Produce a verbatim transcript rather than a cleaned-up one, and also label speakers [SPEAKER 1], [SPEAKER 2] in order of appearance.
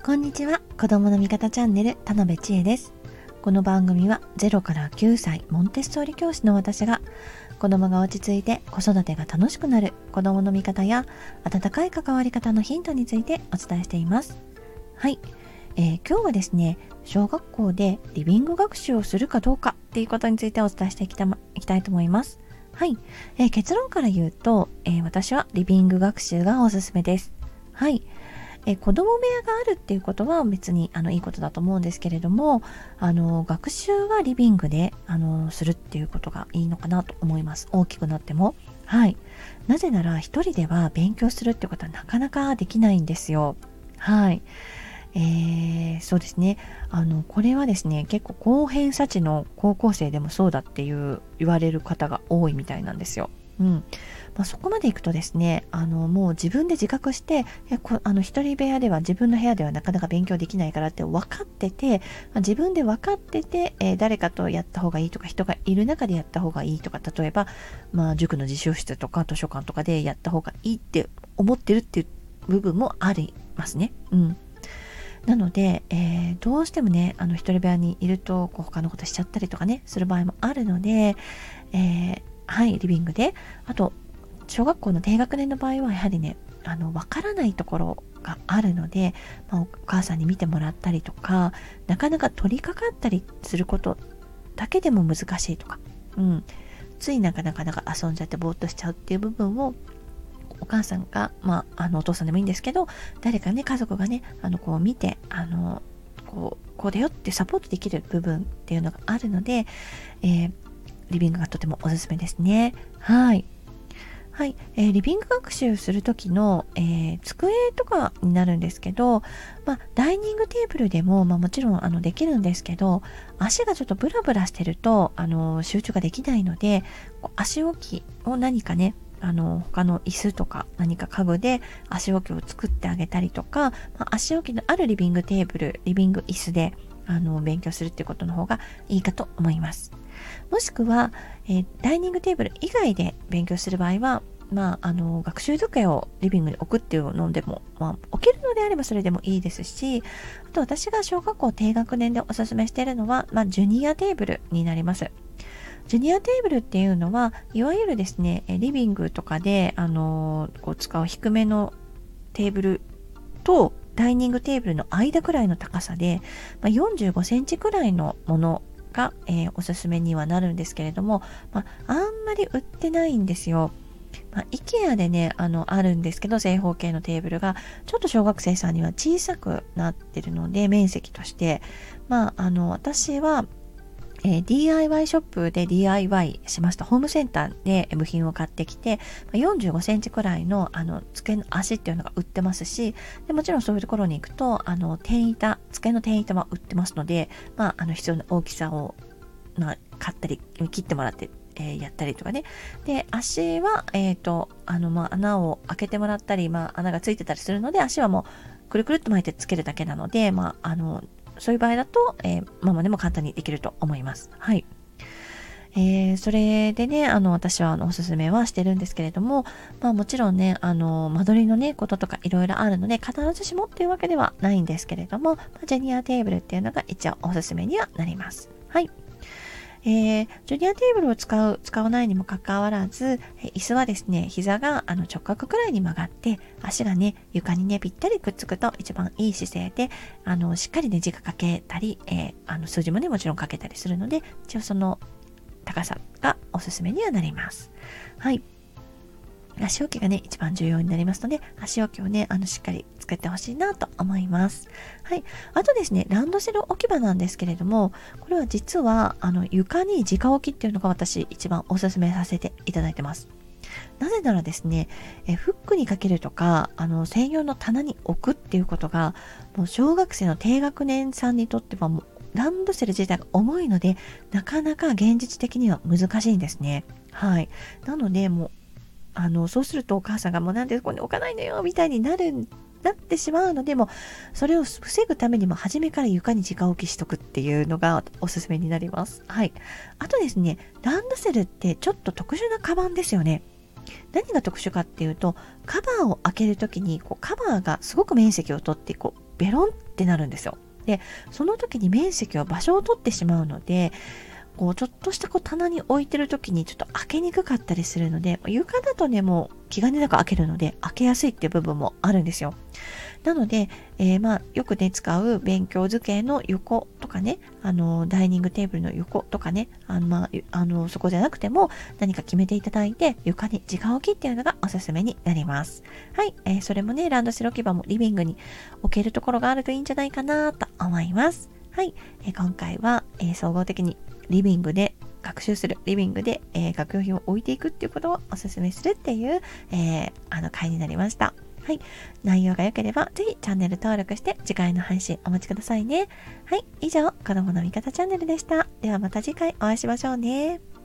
[SPEAKER 1] こんにちは。子供の味方チャンネル田辺千恵です。この番組はゼロからきゅうさいモンテッソーリ教師の私が子供が落ち着いて子育てが楽しくなる子供の味方や温かい関わり方のヒントについてお伝えしています。はい、えー、今日はですね、小学校でリビング学習をするかどうかっていうことについてお伝えしていきた、いきたいと思います。はい、えー、結論から言うと、えー、私はリビング学習がおすすめです。はい。え子供部屋があるっていうことは別にあのいいことだと思うんですけれども、あの学習はリビングであのするっていうことがいいのかなと思います。大きくなっても。はい。なぜなら一人では勉強するってことはなかなかできないんですよ。はい。えー、そうですね。あのこれはですね、結構高偏差値の高校生でもそうだっていう言われる方が多いみたいなんですよ。うん。まあ、そこまでいくとですね、あのもう自分で自覚して、えこあの一人部屋では自分の部屋ではなかなか勉強できないからって分かってて、まあ、自分で分かってて、えー、誰かとやった方がいいとか、人がいる中でやった方がいいとか、例えば、まあ、塾の自習室とか図書館とかでやった方がいいって思ってるっていう部分もありますね。うん。なので、えー、どうしてもね、あの一人部屋にいるとこう他のことしちゃったりとかね、する場合もあるので、えー、はい、リビングで、あと小学校の低学年の場合はやはりね、あのわからないところがあるので、まあ、お母さんに見てもらったりとか、なかなか取り掛かったりすることだけでも難しいとか、うん、ついなかなかなか遊んじゃってぼーっとしちゃうっていう部分をお母さんが、まあ、あのお父さんでもいいんですけど、誰かね、家族がね、あのこう見て、あのこうこうだよってサポートできる部分っていうのがあるので、えー、リビングがとてもおすすめですね。はい。はい、えー、リビング学習する時の、えー、机とかになるんですけど、まあ、ダイニングテーブルでも、まあ、もちろんあのできるんですけど、足がちょっとブラブラしてるとあの集中ができないので、足置きを何かね、あの他の椅子とか何か家具で足置きを作ってあげたりとか、まあ、足置きのあるリビングテーブル、リビング椅子であの勉強するっていうことの方がいいかと思います。もしくは、えー、ダイニングテーブル以外で勉強する場合は、まあ、あの学習机をリビングに置くっていうのでも、まあ、置けるのであればそれでもいいですし、あと私が小学校低学年でおすすめしているのは、まあ、ジュニアテーブルになります。ジュニアテーブルっていうのは、いわゆるですね、リビングとかで、あのこう使う低めのテーブルとダイニングテーブルの間くらいの高さで、まあ、よんじゅうごセンチくらいのものが、えー、おすすめにはなるんですけれども、まあ、あんまり売ってないんですよ。まあ、IKEA でね、あの、あるんですけど、正方形のテーブルが、ちょっと小学生さんには小さくなってるので、面積として、まあ、あの、私は、えー、ディーアイワイ ショップで ディーアイワイ しました。ホームセンターで部品を買ってきて、よんじゅうごセンチくらいの、あの、机の足っていうのが売ってますし、でもちろんそういうところに行くと、あの、天板、机の天板は売ってますので、まあ、あの、必要な大きさを、まあ、買ったり、切ってもらって、えー、やったりとかね。で、足は、えっと、あの、まあ、穴を開けてもらったり、まあ、穴がついてたりするので、足はもう、くるくるっと巻いてつけるだけなので、まあ、あの、そういう場合だと、えー、ママでも簡単にできると思います。はい。えー、それでね、あの、私はあのおすすめはしてるんですけれども、まあもちろんね、あの、間取りのね、こととかいろいろあるので、必ずしもっていうわけではないんですけれども、ジュニアテーブルっていうのが一応おすすめにはなります。はい。えー、ジュニアテーブルを使う、使わないにもかかわらず、椅子はですね、膝があの直角くらいに曲がって、足がね、床にね、ぴったりくっつくと一番いい姿勢で、あの、しっかりね、字が書けたり、えー、あの数字もね、もちろん書けたりするので、一応その高さがおすすめにはなります。はい。足置きがね、一番重要になりますので、足置きをね、あの、しっかり作ってほしいなと思います。はい。あとですね、ランドセル置き場なんですけれども、これは実は、あの、床に直置きっていうのが私一番おすすめさせていただいてます。なぜならですね、えフックにかけるとか、あの、専用の棚に置くっていうことが、もう小学生の低学年さんにとってはもう、ランドセル自体が重いので、なかなか現実的には難しいんですね。はい。なので、もう、あのそうするとお母さんがもうなんでここに置かないのよみたいになるなってしまうので、もそれを防ぐためにも初めから床に直置きしとくっていうのがおすすめになります。はい。あとですね、ランドセルってちょっと特殊なカバンですよね。何が特殊かっていうと、カバーを開けるときにこうカバーがすごく面積を取ってこうベロンっってなるんですよ。で、その時に面積を場所を取ってしまうので、こうちょっとしたこう棚に置いてる時にちょっと開けにくかったりするので、床だとね、もう気兼ねなく開けるので開けやすいっていう部分もあるんですよ。なので、えー、まあよくね使う勉強机の横とかね、あのダイニングテーブルの横とかね、あの、まあ、あのそこじゃなくても何か決めていただいて床に直置きっていうのがおすすめになります。はい、えー、それもねランドセル置き場もリビングに置けるところがあるといいんじゃないかなと思います。はい、えー、今回は、えー、総合的にリビングで学習する、リビングで、えー、学用品を置いていくっていうことをお勧めするっていう、えー、あの回になりました。はい。内容が良ければぜひチャンネル登録して次回の配信お待ちくださいね。はい。以上、子供の味方チャンネルでした。ではまた次回お会いしましょうね。